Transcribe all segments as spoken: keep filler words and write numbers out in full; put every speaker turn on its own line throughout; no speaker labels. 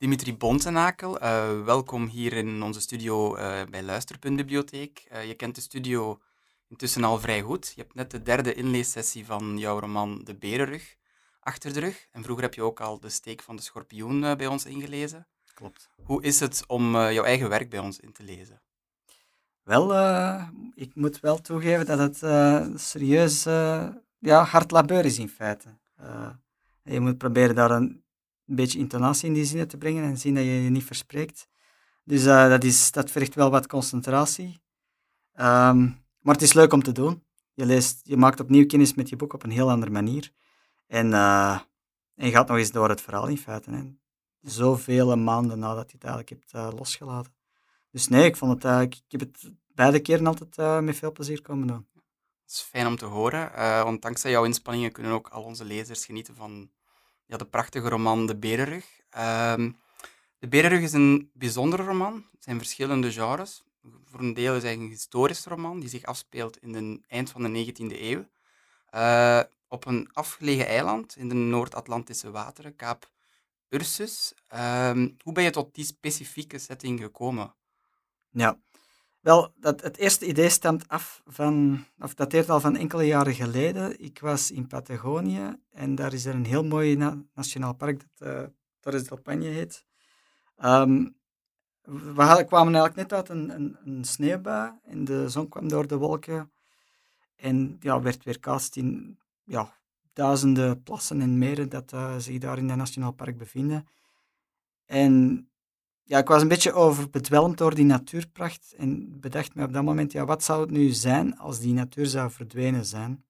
Dimitri Bontenakel, uh, welkom hier in onze studio uh, bij Luisterpunt Bibliotheek. Uh, je kent de studio intussen al vrij goed. Je hebt net de derde inleessessie van jouw roman De Berenrug achter de rug. En vroeger heb je ook al De Steek van de Schorpioen uh, bij ons ingelezen.
Klopt.
Hoe is het om uh, jouw eigen werk bij ons in te lezen?
Wel, uh, ik moet wel toegeven dat het uh, serieus uh, ja, hard labeur is in feite. Uh, je moet proberen daar een, een beetje intonatie in die zinnen te brengen en zien dat je je niet verspreekt. Dus uh, dat, is, dat vergt wel wat concentratie. Um, maar het is leuk om te doen. Je, leest, je maakt opnieuw kennis met je boek op een heel andere manier. En, uh, en je gaat nog eens door het verhaal in feite. Hè. Zoveel maanden nadat je het eigenlijk hebt uh, losgelaten. Dus nee, ik, vond het, uh, ik, ik heb het beide keren altijd uh, met veel plezier komen doen.
Dat is fijn om te horen, uh, want dankzij jouw inspanningen kunnen ook al onze lezers genieten van ja, de prachtige roman De Berenrug. Uh, de Berenrug is een bijzondere roman. Het zijn verschillende genres. Voor een deel is het een historische roman die zich afspeelt in het eind van de negentiende eeuw. Uh, op een afgelegen eiland in de Noord-Atlantische wateren, Kaap Ursus. Uh, hoe ben je tot die specifieke setting gekomen?
Ja, wel, dat, het eerste idee stamt af van, of dateert al van enkele jaren geleden. Ik was in Patagonië en daar is er een heel mooi na- nationaal park dat uh, Torres del Paine heet. Um, we hadden, kwamen eigenlijk net uit een, een, een sneeuwbui en de zon kwam door de wolken en ja, werd weerkaatst in ja, duizenden plassen en meren dat uh, zich daar in dat nationaal park bevinden. En ja, ik was een beetje overbedwelmd door die natuurpracht en bedacht me op dat moment, ja, wat zou het nu zijn als die natuur zou verdwenen zijn?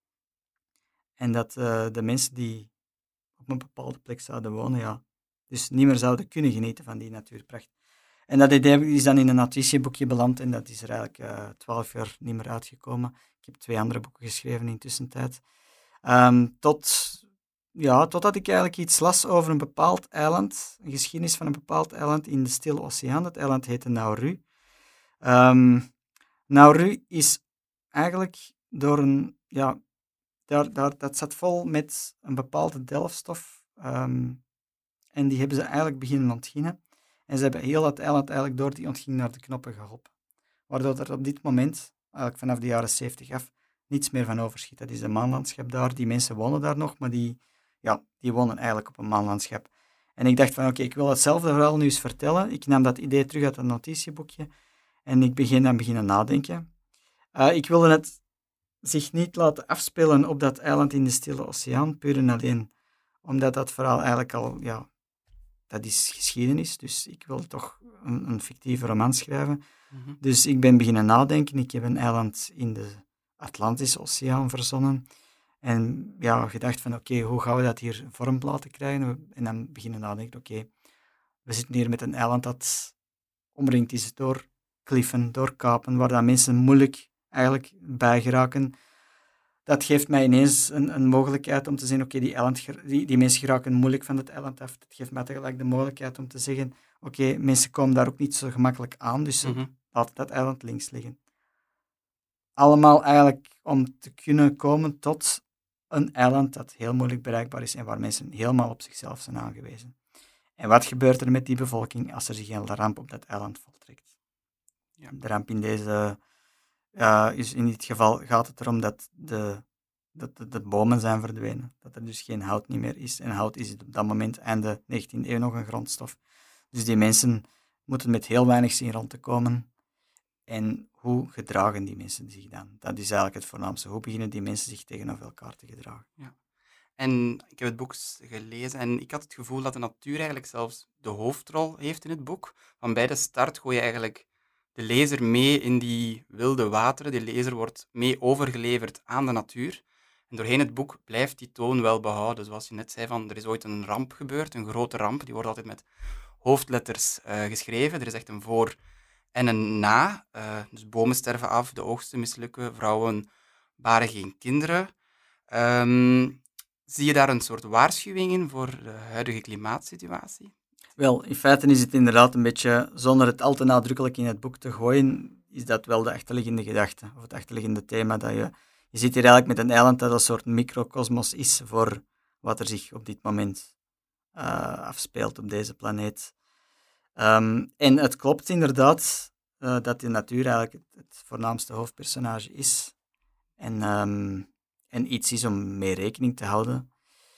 En dat uh, de mensen die op een bepaalde plek zouden wonen, ja, dus niet meer zouden kunnen genieten van die natuurpracht. En dat idee is dan in een notitieboekje beland en dat is er eigenlijk uh, twaalf jaar niet meer uitgekomen. Ik heb twee andere boeken geschreven in de tussentijd. Um, tot... Ja, totdat ik eigenlijk iets las over een bepaald eiland, een geschiedenis van een bepaald eiland in de Stille Oceaan. Dat eiland heette Nauru. Um, Nauru is eigenlijk door een, ja, daar, daar, dat zat vol met een bepaalde delfstof. Um, en die hebben ze eigenlijk beginnen ontginnen. En ze hebben heel dat eiland eigenlijk door die ontginning naar de knoppen geholpen. Waardoor er op dit moment, eigenlijk vanaf de jaren zeventig af, niets meer van overschiet. Dat is een maanlandschap daar. Die mensen wonen daar nog, maar die... Ja, die wonen eigenlijk op een maanlandschap. En ik dacht van, oké, okay, ik wil hetzelfde verhaal nu eens vertellen. Ik nam dat idee terug uit een notitieboekje en ik begin aan beginnen nadenken. Uh, ik wilde het zich niet laten afspelen op dat eiland in de Stille Oceaan, puur en alleen omdat dat verhaal eigenlijk al, ja, dat is geschiedenis, dus ik wilde toch een, een fictieve roman schrijven. Mm-hmm. Dus ik ben beginnen nadenken. Ik heb een eiland in de Atlantische Oceaan verzonnen. En ja, gedacht van, oké, okay, hoe gaan we dat hier vorm laten krijgen? En dan beginnen nadenken, oké, okay, we zitten hier met een eiland dat omringd is door kliffen, door kapen, waar dan mensen moeilijk eigenlijk bij geraken. Dat geeft mij ineens een, een mogelijkheid om te zeggen, oké, okay, die, eiland, die, die mensen geraken moeilijk van het eiland af. Dat geeft mij tegelijk de mogelijkheid om te zeggen, oké, okay, mensen komen daar ook niet zo gemakkelijk aan, dus mm-hmm. laat dat eiland links liggen. Allemaal eigenlijk om te kunnen komen tot een eiland dat heel moeilijk bereikbaar is en waar mensen helemaal op zichzelf zijn aangewezen. En wat gebeurt er met die bevolking als er zich een ramp op dat eiland voltrekt? Ja. De ramp in deze, uh, is in dit geval gaat het erom dat de, dat de, de bomen zijn verdwenen. Dat er dus geen hout niet meer is. En hout is op dat moment, einde negentiende eeuw, nog een grondstof. Dus die mensen moeten met heel weinig zien rond te komen. En hoe gedragen die mensen zich dan? Dat is eigenlijk het voornaamste. Hoe beginnen die mensen zich tegenover elkaar te gedragen?
Ja. En ik heb het boek gelezen en ik had het gevoel dat de natuur eigenlijk zelfs de hoofdrol heeft in het boek. Van bij de start gooi je eigenlijk de lezer mee in die wilde wateren. De lezer wordt mee overgeleverd aan de natuur. En doorheen het boek blijft die toon wel behouden. Zoals je net zei, van, er is ooit een ramp gebeurd, een grote ramp. Die wordt altijd met hoofdletters uh, geschreven. Er is echt een voor- en een na. Uh, dus bomen sterven af, de oogsten mislukken, vrouwen baren geen kinderen. Um, zie je daar een soort waarschuwing in voor de huidige klimaatsituatie?
Wel, in feite is het inderdaad een beetje, zonder het al te nadrukkelijk in het boek te gooien, is dat wel de achterliggende gedachte, of het achterliggende thema. Dat je, je zit hier eigenlijk met een eiland dat een soort microcosmos is voor wat er zich op dit moment uh, afspeelt op deze planeet. Um, en het klopt inderdaad uh, dat de natuur eigenlijk het, het voornaamste hoofdpersonage is. En, um, en iets is om mee rekening te houden.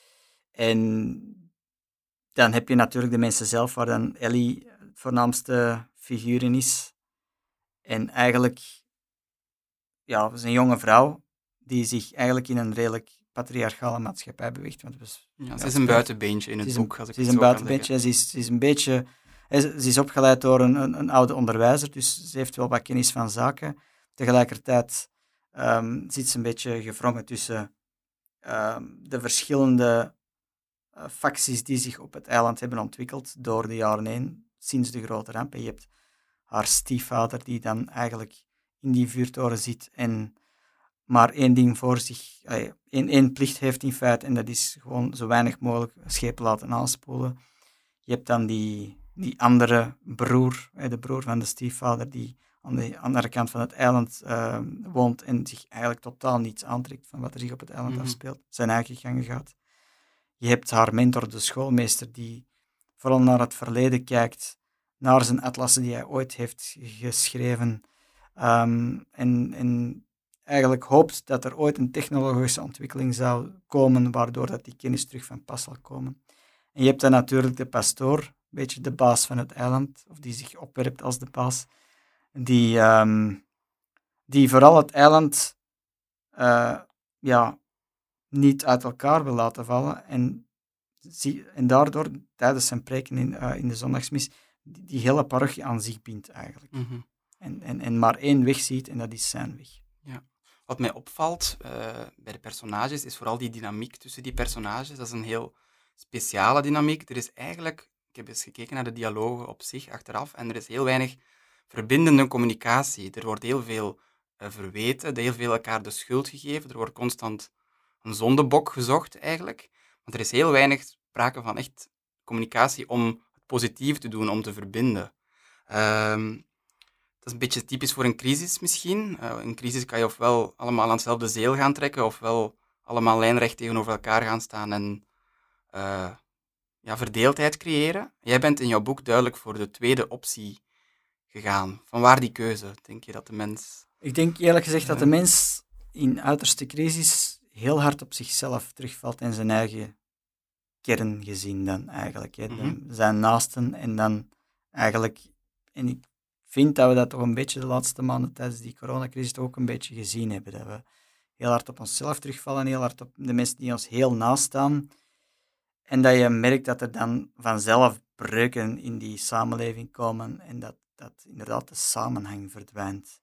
En dan heb je natuurlijk de mensen zelf, waar dan Ellie het voornaamste figuur in is. En eigenlijk, ja, het is een jonge vrouw die zich eigenlijk in een redelijk patriarchale maatschappij beweegt. Want dus,
ja,
ja,
ze is een buitenbeentje in het boek. Als ik
ze is
het
een
zo kan
buitenbeentje. Ze is, ze is een beetje... Ze is opgeleid door een, een, een oude onderwijzer, dus ze heeft wel wat kennis van zaken. Tegelijkertijd um, zit ze een beetje gevrongen tussen um, de verschillende uh, facties die zich op het eiland hebben ontwikkeld door de jaren heen, sinds de grote ramp. En je hebt haar stiefvader die dan eigenlijk in die vuurtoren zit en maar één ding voor zich, één, één plicht heeft in feite, en dat is gewoon zo weinig mogelijk schepen laten aanspoelen. Je hebt dan die, die andere broer, de broer van de stiefvader, die aan de andere kant van het eiland uh, woont en zich eigenlijk totaal niets aantrekt van wat er zich op het eiland mm-hmm. afspeelt, zijn eigen gangen gaat. Je hebt haar mentor, de schoolmeester, die vooral naar het verleden kijkt, naar zijn atlassen die hij ooit heeft geschreven, um, en, en eigenlijk hoopt dat er ooit een technologische ontwikkeling zou komen, waardoor dat die kennis terug van pas zal komen. En je hebt dan natuurlijk de pastoor, een beetje de baas van het eiland, of die zich opwerpt als de baas, die, um, die vooral het eiland uh, ja, niet uit elkaar wil laten vallen en, zie, en daardoor tijdens zijn preken in, uh, in de zondagsmis die, die hele parochie aan zich bindt eigenlijk.
Mm-hmm.
En, en, en maar één weg ziet en dat is zijn weg.
Ja. Wat mij opvalt uh, bij de personages is vooral die dynamiek tussen die personages. Dat is een heel speciale dynamiek. Er is eigenlijk, ik heb eens gekeken naar de dialogen op zich achteraf, en er is heel weinig verbindende communicatie. Er wordt heel veel uh, verweten, heel veel elkaar de schuld gegeven. Er wordt constant een zondebok gezocht eigenlijk. Want er is heel weinig sprake van echt communicatie om het positief te doen, om te verbinden. Um, Dat is een beetje typisch voor een crisis misschien. Uh, in een crisis kan je ofwel allemaal aan hetzelfde zeel gaan trekken, ofwel allemaal lijnrecht tegenover elkaar gaan staan en uh, ja, verdeeldheid creëren. Jij bent in jouw boek duidelijk voor de tweede optie gegaan. Vanwaar die keuze, denk je dat de mens...
Ik denk eerlijk gezegd uh, dat de mens in uiterste crisis heel hard op zichzelf terugvalt en zijn eigen kerngezin dan eigenlijk. Hè. Mm-hmm. Zijn naasten en dan eigenlijk... En ik vind dat we dat toch een beetje de laatste maanden tijdens die coronacrisis ook een beetje gezien hebben. Dat we heel hard op onszelf terugvallen, heel hard op de mensen die ons heel naast staan. En dat je merkt dat er dan vanzelf breuken in die samenleving komen en dat, dat inderdaad de samenhang verdwijnt.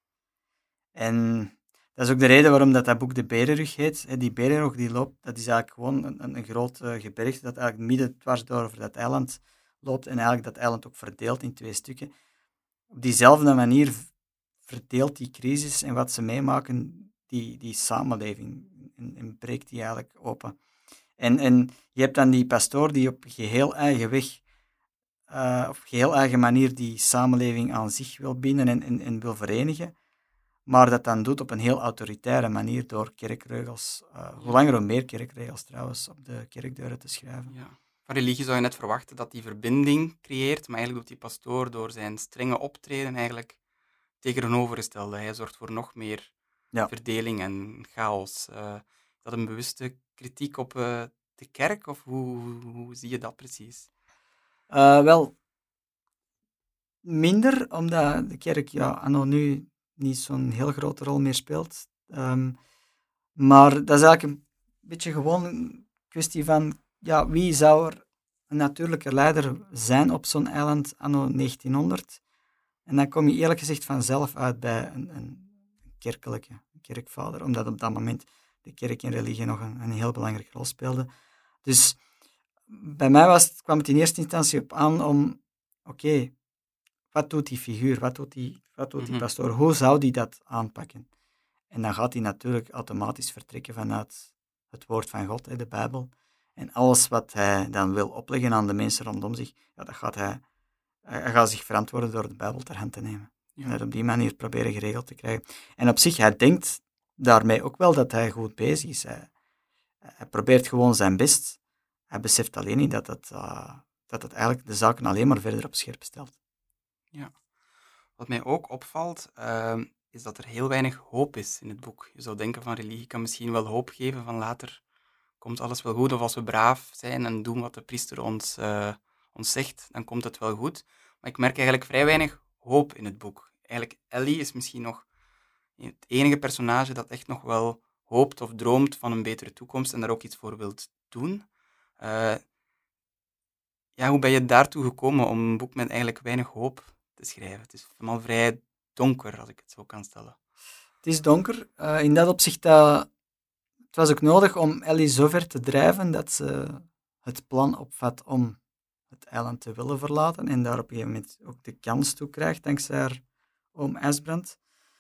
En dat is ook de reden waarom dat, dat boek De Berenrug heet. Die berenrug die loopt, dat is eigenlijk gewoon een, een, een groot uh, gebergte dat eigenlijk midden dwars door over dat eiland loopt en eigenlijk dat eiland ook verdeelt in twee stukken. Op diezelfde manier verdeelt die crisis en wat ze meemaken die, die samenleving en, en breekt die eigenlijk open. En, en je hebt dan die pastoor die op geheel eigen weg, uh, op geheel eigen manier die samenleving aan zich wil binden en, en, en wil verenigen, maar dat dan doet op een heel autoritaire manier door kerkregels, uh, hoe langer hoe meer kerkregels trouwens, op de kerkdeuren te schrijven.
Ja. Van religie zou je net verwachten dat die verbinding creëert, maar eigenlijk doet die pastoor door zijn strenge optreden eigenlijk tegenovergestelde. Hij zorgt voor nog meer ja. verdeling en chaos. Uh, is dat een bewuste kritiek op uh, de kerk, of hoe, hoe, hoe zie je dat precies?
Uh, wel, minder, omdat de kerk ja, anno nu niet zo'n heel grote rol meer speelt. Um, maar dat is eigenlijk een beetje gewoon een kwestie van ja, wie zou er een natuurlijke leider zijn op zo'n eiland anno negentienhonderd? En dan kom je eerlijk gezegd vanzelf uit bij een, een kerkelijke een kerkvader, omdat op dat moment de kerk en religie nog een, een heel belangrijke rol speelden. Dus bij mij was het, kwam het in eerste instantie op aan om, oké, okay, wat doet die figuur, wat doet die, wat doet die pastoor, hoe zou die dat aanpakken? En dan gaat hij natuurlijk automatisch vertrekken vanuit het woord van God, de Bijbel. En alles wat hij dan wil opleggen aan de mensen rondom zich, ja, dat gaat hij, hij gaat zich verantwoorden door de Bijbel ter hand te nemen. Ja. En dat op die manier proberen geregeld te krijgen. En op zich, hij denkt daarmee ook wel dat hij goed bezig is. Hij, hij probeert gewoon zijn best. hij beseft alleen niet dat het, uh, dat het eigenlijk de zaken alleen maar verder op scherp stelt.
Ja. Wat mij ook opvalt, uh, is dat er heel weinig hoop is in het boek. Je zou denken van religie kan misschien wel hoop geven, van later komt alles wel goed, of als we braaf zijn en doen wat de priester ons, uh, ons zegt, dan komt het wel goed. Maar ik merk eigenlijk vrij weinig hoop in het boek. Eigenlijk, Ellie is misschien nog het enige personage dat echt nog wel hoopt of droomt van een betere toekomst en daar ook iets voor wilt doen. Uh, ja, hoe ben je daartoe gekomen om een boek met eigenlijk weinig hoop te schrijven? Het is allemaal vrij donker, als ik het zo kan stellen.
Het is donker. Uh, in dat opzicht, uh, het was ook nodig om Ellie zo ver te drijven dat ze het plan opvat om het eiland te willen verlaten en daar op een gegeven moment ook de kans toe krijgt, dankzij haar oom IJsbrand.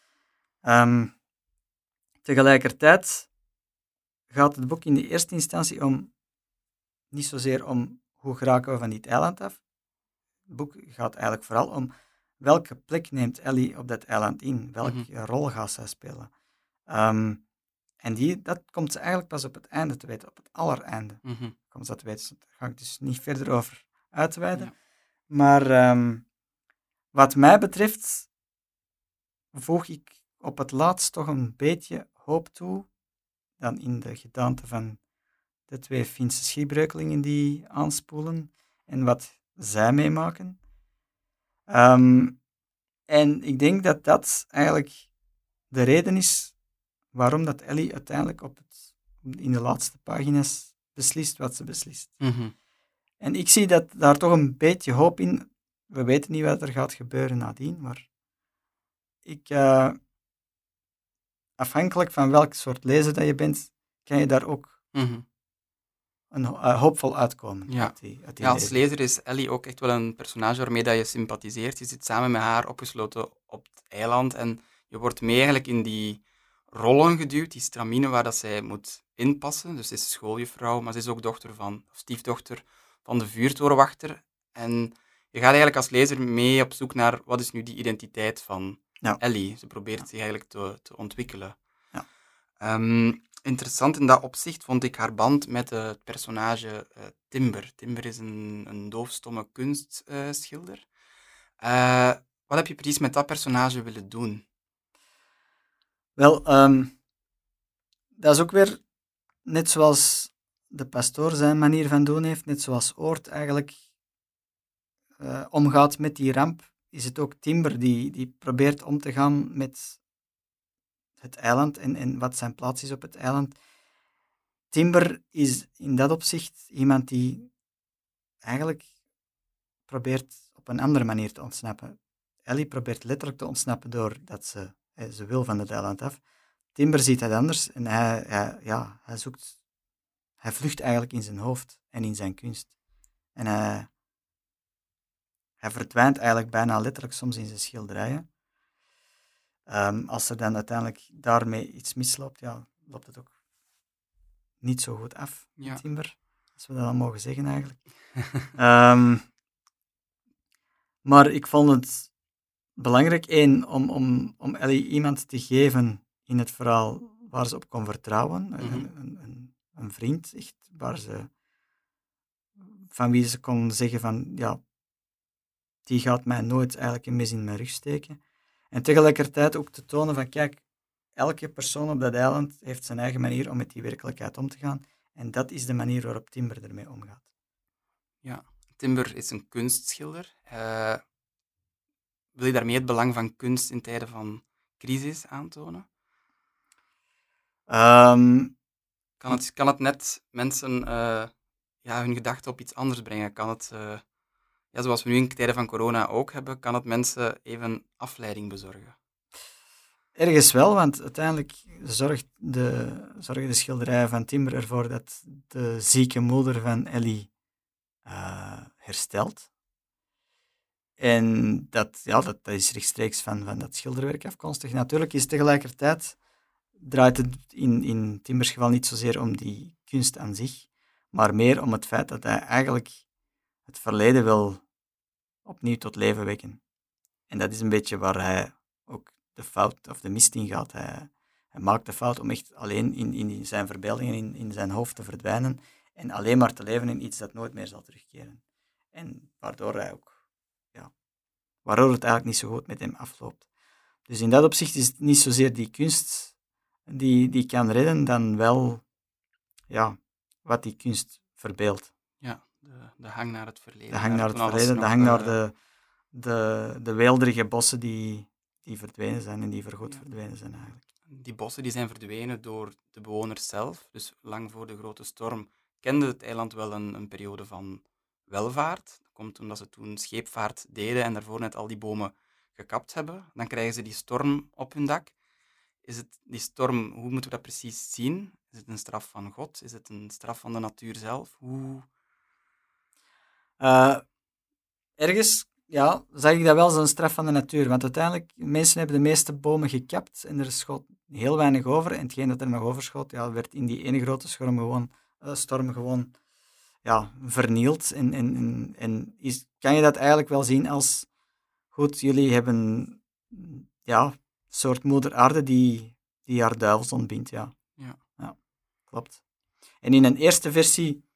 Um, tegelijkertijd gaat het boek in de eerste instantie om, niet zozeer om hoe geraken we van dit eiland af. Het boek gaat eigenlijk vooral om welke plek neemt Ellie op dat eiland in, welke mm-hmm. rol gaat zij spelen. Um, en die, dat komt ze eigenlijk pas op het einde te weten, op het allereinde.
Mm-hmm.
Komt ze dat te weten, daar ga ik dus niet verder over uitweiden. Ja. Maar um, wat mij betreft voeg ik op het laatst toch een beetje hoop toe, dan in de gedaante van de twee Finse schipbreukelingen die aanspoelen en wat zij meemaken. Um, en ik denk dat dat eigenlijk de reden is waarom dat Ellie uiteindelijk op het, in de laatste pagina's beslist wat ze beslist.
Mm-hmm.
En ik zie dat daar toch een beetje hoop in. We weten niet wat er gaat gebeuren nadien, maar ik, uh, afhankelijk van welk soort lezer dat je bent, kan je daar ook
mm-hmm.
een, uh, hoopvol uitkomen.
Ja,
uit die, uit die
ja als lezer is Ellie ook echt wel een personage waarmee dat je sympathiseert. Je zit samen met haar opgesloten op het eiland en je wordt mee eigenlijk in die rollen geduwd, die stramine waar dat zij moet inpassen. Dus ze is schooljuffrouw, maar ze is ook dochter van, of stiefdochter van de vuurtorenwachter. En je gaat eigenlijk als lezer mee op zoek naar wat is nu die identiteit van ja. Ellie. Ze probeert ja. zich eigenlijk te, te ontwikkelen.
Ja.
Um, interessant in dat opzicht vond ik haar band met uh, het personage uh, Timber. Timber is een, een doofstomme kunstschilder. Uh, uh, wat heb je precies met dat personage willen doen?
Wel, um, dat is ook weer net zoals de pastoor zijn manier van doen heeft, net zoals Oort eigenlijk uh, omgaat met die ramp, is het ook Timber die, die probeert om te gaan met het eiland en, en wat zijn plaats is op het eiland. Timber is in dat opzicht iemand die eigenlijk probeert op een andere manier te ontsnappen. Ellie probeert letterlijk te ontsnappen doordat ze, ze wil van het eiland af. Timber ziet het anders en hij, hij, ja, hij zoekt, hij vlucht eigenlijk in zijn hoofd en in zijn kunst. En hij, hij verdwijnt eigenlijk bijna letterlijk soms in zijn schilderijen. Um, als er dan uiteindelijk daarmee iets misloopt, ja, loopt het ook niet zo goed af, ja. Timber. Als we dat dan mogen zeggen eigenlijk. um, maar ik vond het belangrijk, één, om, om, om Ellie iemand te geven in het verhaal waar ze op kon vertrouwen. Mm-hmm. Een, een, een, een vriend, echt, waar ze, van wie ze kon zeggen van, ja, die gaat mij nooit eigenlijk een mes in mijn rug steken. En tegelijkertijd ook te tonen van, kijk, elke persoon op dat eiland heeft zijn eigen manier om met die werkelijkheid om te gaan. En dat is de manier waarop Timber ermee omgaat.
Ja, Timber is een kunstschilder. Uh, wil je daarmee het belang van kunst in tijden van crisis aantonen?
Um,
kan, het, kan het net mensen uh, ja, hun gedachten op iets anders brengen? Kan het, uh, ja, zoals we nu in tijden van corona ook hebben, kan het mensen even afleiding bezorgen?
Ergens wel, want uiteindelijk zorgt de, zorgen de schilderijen van Timber ervoor dat de zieke moeder van Ellie uh, herstelt. En dat, ja, dat, dat is rechtstreeks van, van dat schilderwerk afkomstig. Natuurlijk is tegelijkertijd, draait het in, in Timbers geval niet zozeer om die kunst aan zich, maar meer om het feit dat hij eigenlijk het verleden wil opnieuw tot leven wekken. En dat is een beetje waar hij ook de fout of de mist in gaat. Hij, hij maakt de fout om echt alleen in, in zijn verbeeldingen, in, in zijn hoofd te verdwijnen En alleen maar te leven in iets dat nooit meer zal terugkeren. En waardoor hij ook, ja, waardoor het eigenlijk niet zo goed met hem afloopt. Dus in dat opzicht is het niet zozeer die kunst die, die kan redden, dan wel, ja, wat die kunst verbeeldt.
Ja, de, de hang naar het verleden.
De hang naar het
toen alles
verleden, de
nog,
hang naar
eh,
de, de, de weelderige bossen die, die verdwenen zijn en die voorgoed
Ja.
verdwenen zijn eigenlijk.
Die bossen die zijn verdwenen door de bewoners zelf. Dus lang voor de grote storm kende het eiland wel een, een periode van welvaart. Dat komt omdat ze toen scheepvaart deden en daarvoor net al die bomen gekapt hebben. Dan krijgen ze die storm op hun dak. Is het die storm, hoe moeten we dat precies zien? Is het een straf van God? Is het een straf van de natuur zelf? Hoe...
Uh, ergens ja, zag ik dat wel als een straf van de natuur. Want uiteindelijk, mensen hebben de meeste bomen gekapt en er schoot heel weinig over. En hetgeen dat er nog overschoot, ja, werd in die ene grote storm gewoon, uh, storm gewoon ja, vernield. En, en, en, en is, kan je dat eigenlijk wel zien als... Goed, jullie hebben ja, een soort moeder aarde die, die haar duivels ontbindt. Ja.
Ja.
Ja, klopt. En in een eerste versie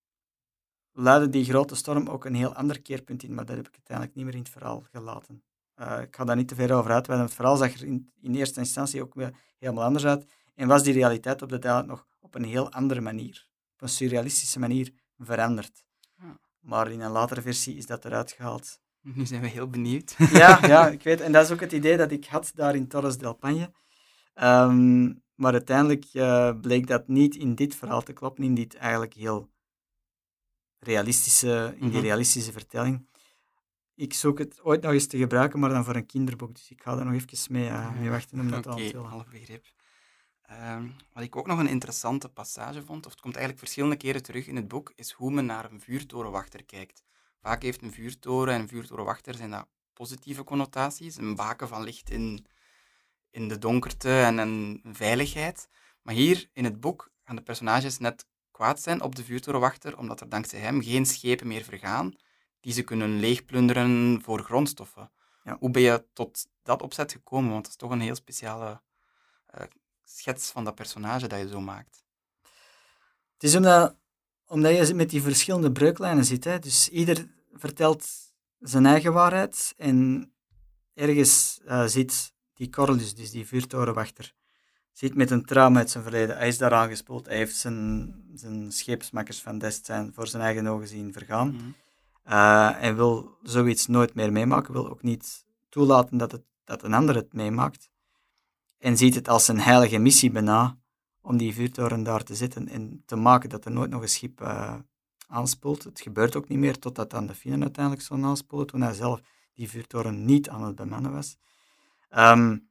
luidde die grote storm ook een heel ander keerpunt in, maar dat heb ik uiteindelijk niet meer in het verhaal gelaten. Uh, ik ga daar niet te ver over uitweiden. Het verhaal zag er in, in eerste instantie ook weer helemaal anders uit en was die realiteit op de eiland nog op een heel andere manier, op een surrealistische manier veranderd.
Ja.
Maar in een latere versie is dat eruit gehaald.
Nu zijn we heel benieuwd.
Ja, ja, ik weet. En dat is ook het idee dat ik had daar in Torres del Paine. Um, maar uiteindelijk uh, bleek dat niet in dit verhaal te kloppen, in dit eigenlijk heel realistische, in die
Mm-hmm.
realistische vertelling. Ik zoek het ooit nog eens te gebruiken, maar dan voor een kinderboek. Dus ik ga daar nog even mee, uh, mee wachten om dat
okay,
aan te vullen.
half begrip. Um, wat ik ook nog een interessante passage vond, of het komt eigenlijk verschillende keren terug in het boek, is hoe men naar een vuurtorenwachter kijkt. Vaak heeft een vuurtoren en een vuurtorenwachter zijn dat positieve connotaties, een baken van licht in, in de donkerte en een veiligheid. Maar hier in het boek gaan de personages net kwaad zijn op de vuurtorenwachter, omdat er dankzij hem geen schepen meer vergaan die ze kunnen leegplunderen voor grondstoffen.
Ja.
Hoe ben je tot dat opzet gekomen? Want dat is toch een heel speciale uh, schets van dat personage dat je zo maakt.
Het is omdat, omdat je met die verschillende breuklijnen zit. Hè? Dus ieder vertelt zijn eigen waarheid en ergens uh, zit die Corlys, dus die vuurtorenwachter, zit met een trauma uit zijn verleden. Hij is daar aangespoeld. Hij heeft zijn, zijn scheepsmakkers van dest zijn voor zijn eigen ogen zien vergaan.
Mm-hmm.
Uh, en wil zoiets nooit meer meemaken. Wil ook niet toelaten dat, het, dat een ander het meemaakt. En ziet het als een heilige missie bijna om die vuurtoren daar te zetten en te maken dat er nooit nog een schip uh, aanspoelt. Het gebeurt ook niet meer totdat dan de Finnen uiteindelijk zo'n aanspoelen, toen hij zelf die vuurtoren niet aan het bemannen was. Um,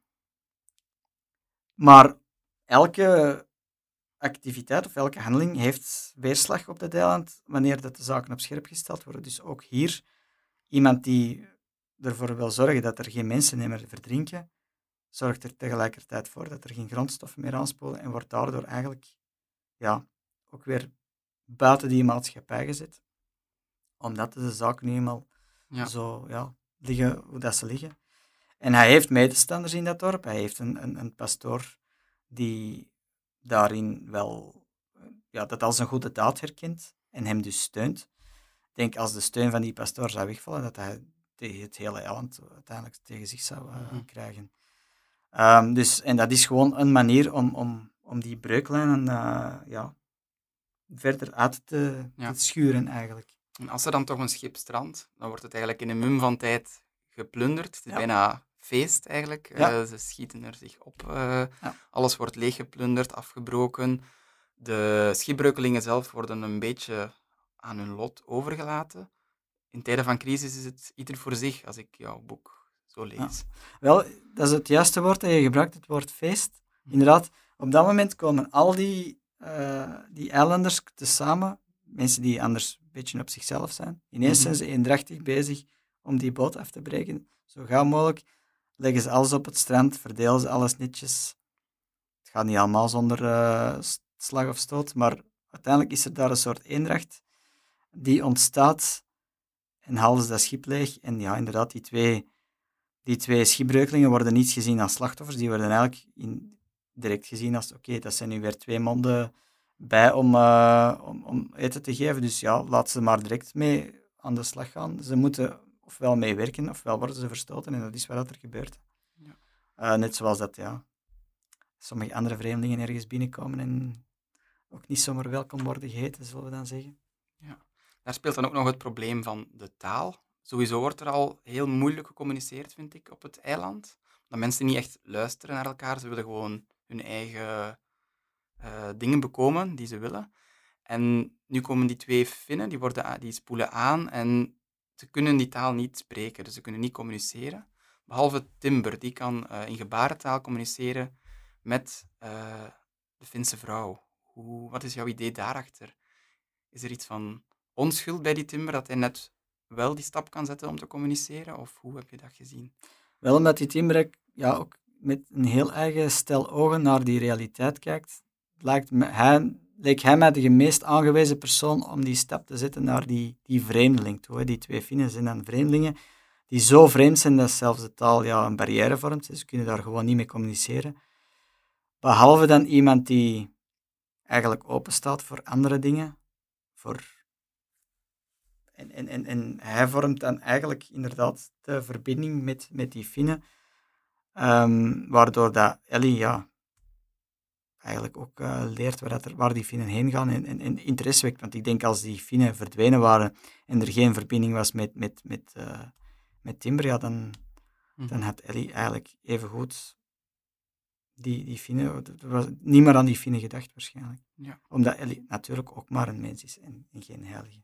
maar elke activiteit of elke handeling heeft weerslag op dat eiland wanneer dat de zaken op scherp gesteld worden. Dus ook hier iemand die ervoor wil zorgen dat er geen mensen meer verdrinken, zorgt er tegelijkertijd voor dat er geen grondstoffen meer aanspoelen en wordt daardoor eigenlijk ja, ook weer buiten die maatschappij gezet. Omdat de zaken nu eenmaal ja. zo ja, liggen hoe dat ze liggen. En hij heeft medestanders in dat dorp. Hij heeft een, een, een pastoor die daarin wel ja, dat als een goede daad herkent en hem dus steunt. Ik denk als de steun van die pastoor zou wegvallen, dat hij tegen het hele eiland uiteindelijk tegen zich zou uh, mm-hmm. krijgen. Um, dus, en dat is gewoon een manier om, om, om die breuklijnen uh, ja, verder uit te, ja. te schuren eigenlijk.
En als er dan toch een schip strandt, dan wordt het eigenlijk in een mum van tijd geplunderd. Het is ja. bijna feest eigenlijk. Ja. Uh, ze schieten er zich op. Uh, ja. Alles wordt leeggeplunderd, afgebroken. De schipbreukelingen zelf worden een beetje aan hun lot overgelaten. In tijden van crisis is het ieder voor zich, als ik jouw boek zo lees.
Ja. Wel, dat is het juiste woord dat je gebruikt, het woord feest. Inderdaad, op dat moment komen al die, uh, die eilanders tezamen, mensen die anders een beetje op zichzelf zijn. Ineens mm-hmm. zijn ze eendrachtig bezig om die boot af te breken. Zo gauw mogelijk leggen ze alles op het strand, verdelen ze alles netjes. Het gaat niet allemaal zonder uh, slag of stoot, maar uiteindelijk is er daar een soort eendracht die ontstaat en halen ze dat schip leeg. En ja, inderdaad, die twee, die twee schipbreukelingen worden niet gezien als slachtoffers, die worden eigenlijk in, direct gezien als, oké, okay, dat zijn nu weer twee monden bij om, uh, om, om eten te geven. Dus ja, laat ze maar direct mee aan de slag gaan. Ze moeten ofwel meewerken, ofwel worden ze verstoten. En dat is wat er gebeurt. Ja. Uh, net zoals dat, ja, sommige andere vreemdelingen ergens binnenkomen en ook niet zomaar welkom worden geheten, zullen we dan zeggen.
Ja. Daar speelt dan ook nog het probleem van de taal. Sowieso wordt er al heel moeilijk gecommuniceerd, vind ik, op het eiland. Dat mensen niet echt luisteren naar elkaar. Ze willen gewoon hun eigen uh, dingen bekomen die ze willen. En nu komen die twee Finnen, die, worden, die spoelen aan en ze kunnen die taal niet spreken. Dus ze kunnen niet communiceren. Behalve Timber, die kan uh, in gebarentaal communiceren met uh, de Finse vrouw. Hoe, wat is jouw idee daarachter? Is er iets van onschuld bij die Timber, dat hij net wel die stap kan zetten om te communiceren? Of hoe heb je dat gezien?
Wel, omdat die Timber ja, ook met een heel eigen stel ogen naar die realiteit kijkt, lijkt me, hij, leek hij mij de meest aangewezen persoon om die stap te zetten naar die, die vreemdeling toe. Hè. Die twee Finnen zijn dan vreemdelingen die zo vreemd zijn dat zelfs de taal ja, een barrière vormt. Ze kunnen daar gewoon niet mee communiceren. Behalve dan iemand die eigenlijk open staat voor andere dingen. Voor... En, en, en, en hij vormt dan eigenlijk inderdaad de verbinding met, met die Finnen. Um, waardoor dat Ellie ja, eigenlijk ook uh, leert waar, dat er, waar die Finnen heen gaan en, en, en interesse wekt. Want ik denk als die Finnen verdwenen waren en er geen verbinding was met, met, met, uh, met Timber, ja, dan, mm-hmm. dan had Ellie eigenlijk even goed die, die Finnen, er was niet meer aan die Finnen gedacht waarschijnlijk. Ja. Omdat Ellie natuurlijk ook maar een mens is en, en geen heilige.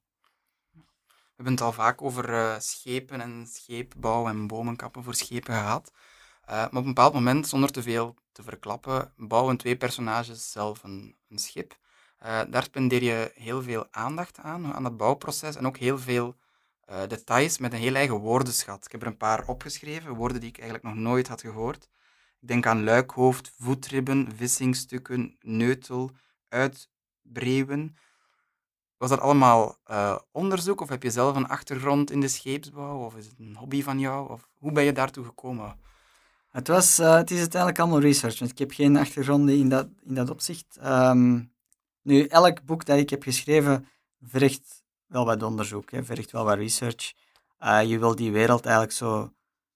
We hebben het al vaak over uh, schepen en scheepbouw en bomenkappen voor schepen gehad. Uh, maar op een bepaald moment, zonder te veel te verklappen, bouwen twee personages zelf een, een schip. Uh, daar spendeer je heel veel aandacht aan, aan het bouwproces en ook heel veel uh, details met een heel eigen woordenschat. Ik heb er een paar opgeschreven, woorden die ik eigenlijk nog nooit had gehoord. Ik denk aan luikhoofd, voetribben, vissingstukken, neutel, uitbreeuwen. Was dat allemaal uh, onderzoek of heb je zelf een achtergrond in de scheepsbouw of is het een hobby van jou? Of hoe ben je daartoe gekomen?
Het, was, uh, het is uiteindelijk allemaal research, want ik heb geen achtergronden in dat, in dat opzicht. Um, nu, elk boek dat ik heb geschreven vergt wel wat onderzoek, hè, vergt wel wat research. Uh, je wil die wereld eigenlijk zo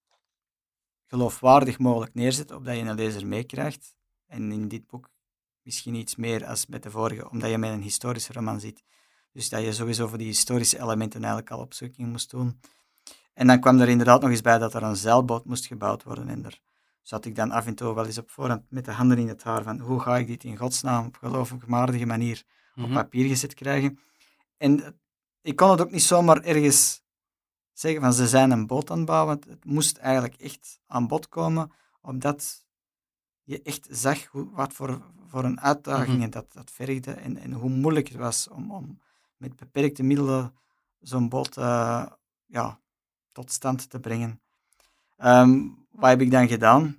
geloofwaardig mogelijk neerzetten, opdat je een lezer meekrijgt. En in dit boek misschien iets meer als met de vorige, omdat je met een historische roman zit. Dus dat je sowieso voor die historische elementen eigenlijk al opzoeking moest doen. En dan kwam er inderdaad nog eens bij dat er een zeilboot moest gebouwd worden. En daar zat ik dan af en toe wel eens op voorhand met de handen in het haar van hoe ga ik dit in godsnaam op geloofwaardige manier mm-hmm. op papier gezet krijgen. En ik kon het ook niet zomaar ergens zeggen van ze zijn een boot aan het bouwen. Het moest eigenlijk echt aan bod komen, omdat je echt zag hoe, wat voor, voor een uitdagingen mm-hmm. dat, dat vergde en, en hoe moeilijk het was om, om met beperkte middelen zo'n boot uh, ja, tot stand te brengen. Um, wat heb ik dan gedaan?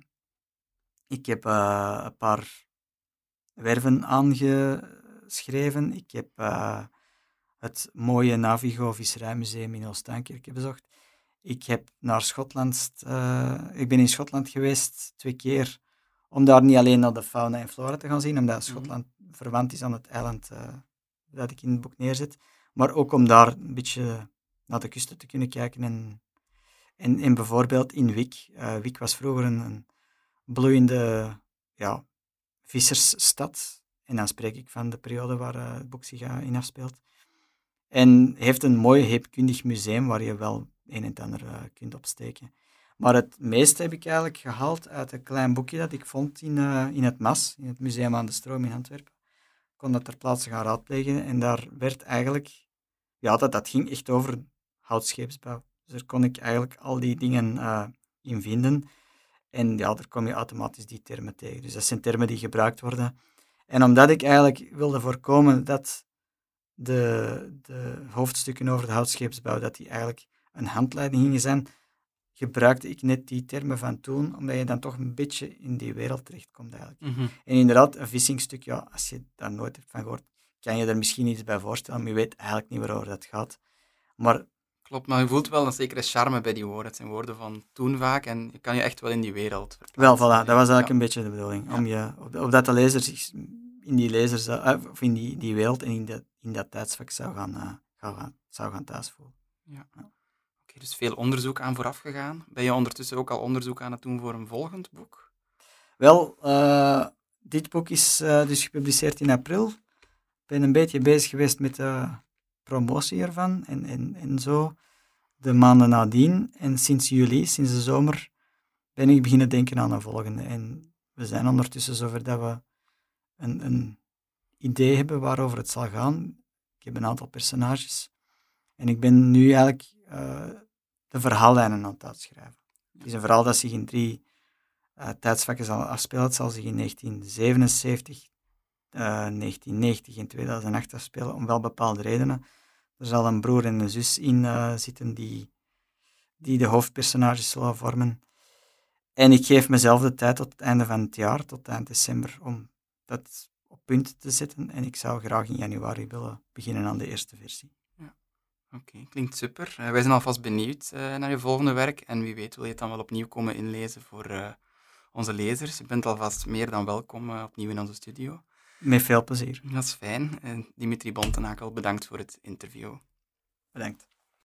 Ik heb uh, een paar werven aangeschreven. Ik heb uh, het mooie Navigo Visserijmuseum in Oost-Duinkerke bezocht. Ik heb naar Schotland... Uh, ik ben in Schotland geweest twee keer om daar niet alleen naar de fauna en flora te gaan zien, omdat Schotland mm-hmm. verwant is aan het eiland uh, dat ik in het boek neerzet, maar ook om daar een beetje naar de kusten te kunnen kijken. En, en, en bijvoorbeeld in Wick. Uh, Wick was vroeger een, een bloeiende ja, vissersstad. En dan spreek ik van de periode waar uh, het boek zich uh, in afspeelt. En heeft een mooi heepkundig museum waar je wel een en ander uh, kunt opsteken. Maar het meeste heb ik eigenlijk gehaald uit een klein boekje dat ik vond in, uh, in het M A S, in het Museum aan de Stroom in Antwerpen. Ik kon dat ter plaatse gaan raadplegen en daar werd eigenlijk... Ja, dat, dat ging echt over houtscheepsbouw. Dus daar kon ik eigenlijk al die dingen uh, in vinden. En ja, daar kom je automatisch die termen tegen. Dus dat zijn termen die gebruikt worden. En omdat ik eigenlijk wilde voorkomen dat de, de hoofdstukken over de houtscheepsbouw, dat die eigenlijk een handleiding gingen zijn, gebruikte ik net die termen van toen, omdat je dan toch een beetje in die wereld terechtkomt eigenlijk. Mm-hmm. En inderdaad, een vissingstuk, ja, als je daar nooit hebt van gehoord, kan je er misschien iets bij voorstellen, maar je weet eigenlijk niet waarover dat gaat. Maar...
Klopt, maar je voelt wel een zekere charme bij die woorden. Het zijn woorden van toen vaak en je kan je echt wel in die wereld verplaatsen.
Wel, voilà, dat was eigenlijk ja. een beetje de bedoeling. Ja. Om je, op, op dat de lezer zich in die lezer zou, uh, of in die, die wereld en in, de, in dat tijdsvak zou gaan, uh, gaan, zou gaan thuisvoelen.
Ja. Ja. Oké, okay, dus veel onderzoek aan vooraf gegaan. Ben je ondertussen ook al onderzoek aan het doen voor een volgend boek?
Wel, uh, dit boek is uh, dus gepubliceerd in april. Ik ben een beetje bezig geweest met de promotie ervan en, en, en zo de maanden nadien. En sinds juli, sinds de zomer, ben ik beginnen denken aan een volgende. En we zijn ondertussen zover dat we een, een idee hebben waarover het zal gaan. Ik heb een aantal personages. En ik ben nu eigenlijk uh, de verhaallijnen aan het uitschrijven. Het is een verhaal dat zich in drie uh, tijdsvakken zal afspelen. Het zal zich in negentien zevenenzeventig, uh, negentien negentig en tweeduizend acht afspelen, om wel bepaalde redenen. Er zal een broer en een zus in uh, zitten die, die de hoofdpersonages zullen vormen. En ik geef mezelf de tijd tot het einde van het jaar, tot eind december, om dat op punt te zetten. En ik zou graag in januari willen beginnen aan de eerste versie.
Ja. Oké, okay, klinkt super. Uh, wij zijn alvast benieuwd uh, naar je volgende werk. En wie weet wil je het dan wel opnieuw komen inlezen voor uh, onze lezers. Je bent alvast meer dan welkom uh, opnieuw in onze studio.
Met veel plezier.
Dat is fijn. Uh, Dimitri Bontenakel, bedankt voor het interview.
Bedankt.